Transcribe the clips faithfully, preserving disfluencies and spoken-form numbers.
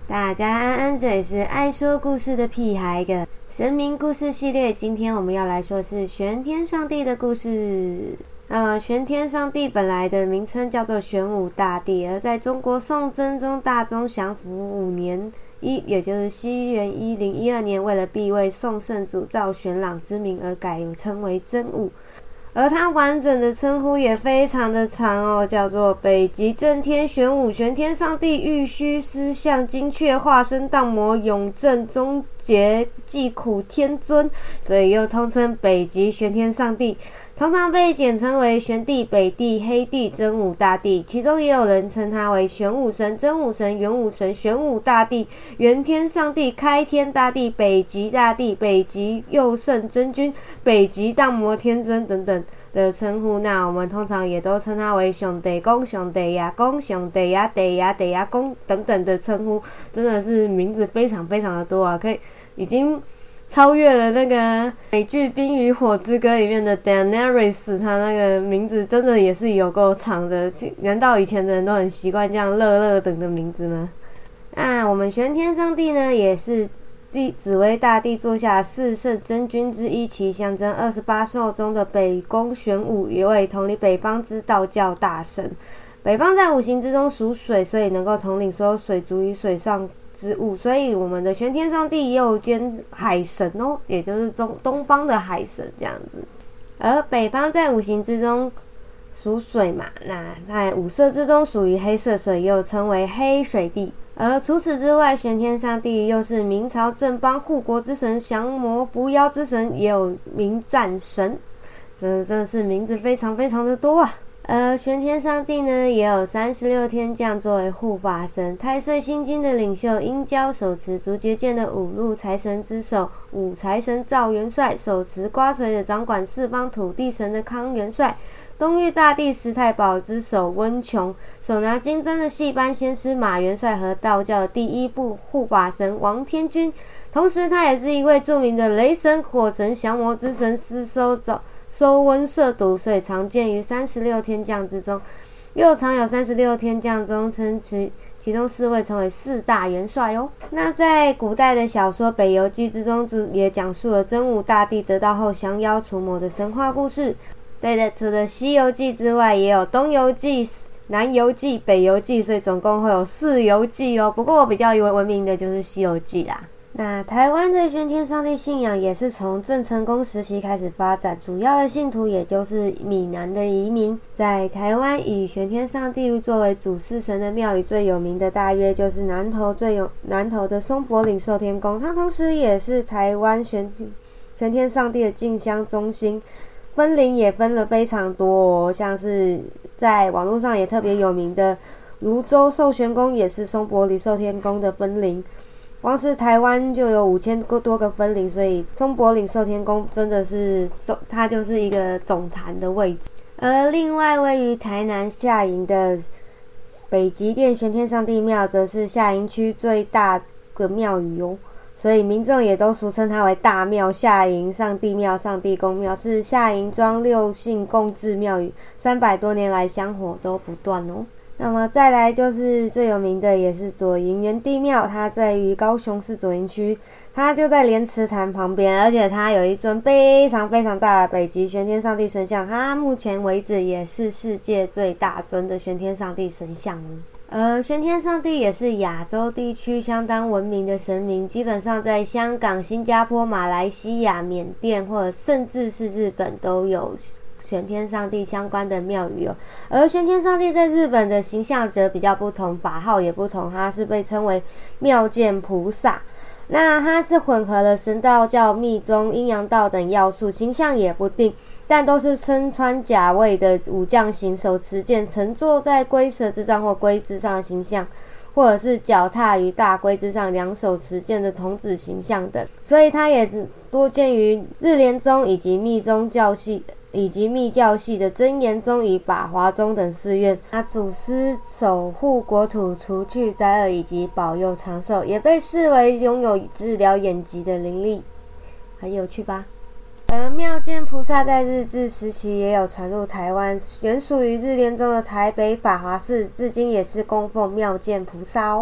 大家安安，这里是爱说故事的屁孩的神明故事系列。今天我们要来说的是玄天上帝的故事。呃，玄天上帝本来的名称叫做玄武大帝，而在中国宋真宗大中祥符五年一，也就是西元一零一二年，为了避讳宋圣祖赵玄朗之名而改称为真武。而它完整的称呼也非常的长哦，叫做北极正天玄武玄天上帝玉虚狮象精确化身荡魔永正终结济苦天尊，所以又通称北极玄天上帝，常常被简称为玄帝、北帝、黑帝、真武大帝，其中也有人称他为玄武神、真武神、元武神、玄武大帝、元天上帝、开天大帝、北极大帝、北极佑圣真君、北极荡魔天尊等等的称呼。那我们通常也都称他为兄弟公、兄弟呀公、兄弟呀弟呀弟呀公等等的称呼，真的是名字非常非常的多啊，可以已经超越了那个美剧《冰与火之歌》里面的 Daenerys， 他那个名字真的也是有够长的。难道以前的人都很习惯这样乐乐等的名字吗？那我们玄天上帝呢，也是帝紫微大帝座下四圣真君之一，其象征二十八兽中的北宫玄武，也为统领北方之道教大神。北方在五行之中属水，所以能够统领所有水族与水上之物，所以我们的玄天上帝也有兼海神哦，也就是中东方的海神这样子。而北方在五行之中属水嘛，那在五色之中属于黑色，所以又称为黑水帝。而除此之外，玄天上帝又是明朝正邦护国之神、降魔伏妖之神，也有名战神，这真的是名字非常非常的多啊。而玄天上帝呢，也有三十六天将作为护法神，太岁心经的领袖，阴交手持竹节剑的五路财神之首五财神赵元帅，手持瓜锤的掌管四方土地神的康元帅，东域大帝十太保之首温琼，手拿金砖的戏班仙师马元帅和道教的第一部护法神王天君，同时他也是一位著名的雷神、火神、降魔之神，私收早收瘟摄毒，所以常见于三十六天将之中，又常有三十六天将中称其其中四位称为四大元帅哦。那在古代的小说《北游记》之中，也讲述了真武大帝得道后降妖除魔的神话故事。对的，除了《西游记》之外，也有《东游记》、《南游记》、《北游记》，所以总共会有四游记哦。不过我比较以为闻名的就是《西游记》啦。那台湾的玄天上帝信仰也是从郑成功时期开始发展，主要的信徒也就是闽南的移民。在台湾以玄天上帝作为主事神的庙宇最有名的大约就是南投最有南投的松柏岭寿天宫，它同时也是台湾玄玄天上帝的进香中心。分灵也分了非常多哦，像是在网络上也特别有名的泸州寿玄宫也是松柏岭寿天宫的分灵。光是台湾就有五千多个分灵，所以松柏岭寿天宫真的是它就是一个总坛的位置。而另外位于台南下营的北极殿玄天上帝庙，则是下营区最大的庙宇哦，所以民众也都俗称它为大庙、下营上帝庙、上帝公庙，是下营庄六姓共治庙宇，三百多年来香火都不断哦。那么再来就是最有名的，也是左营元帝庙，它在于高雄市左营区，它就在莲池潭旁边，而且它有一尊非常非常大的北极玄天上帝神像，它目前为止也是世界最大尊的玄天上帝神像哦。而玄天上帝也是亚洲地区相当闻名的神明，基本上在香港、新加坡、马来西亚、缅甸或者甚至是日本都有玄天上帝相关的庙宇哦。而玄天上帝在日本的形象则比较不同，法号也不同，它是被称为妙见菩萨。那它是混合了神道教、密宗、阴阳道等要素，形象也不定，但都是身穿甲胄的武将型，手持剑，乘坐在龟蛇之上或龟之上的形象，或者是脚踏于大龟之上，两手持剑的童子形象等。所以它也多见于日莲宗以及密宗教系以及密教系的真言宗与法华宗等寺院。他主司守护国土、除去灾厄以及保佑长寿，也被视为拥有治疗眼疾的灵力，很有趣吧？而妙见菩萨在日治时期也有传入台湾，原属于日莲宗的台北法华寺，至今也是供奉妙见菩萨哦。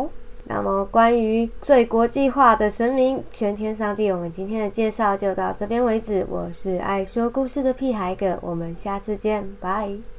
那么关于最国际化的神明玄天上帝，我们今天的介绍就到这边为止。我是爱说故事的屁孩哥，我们下次见，拜。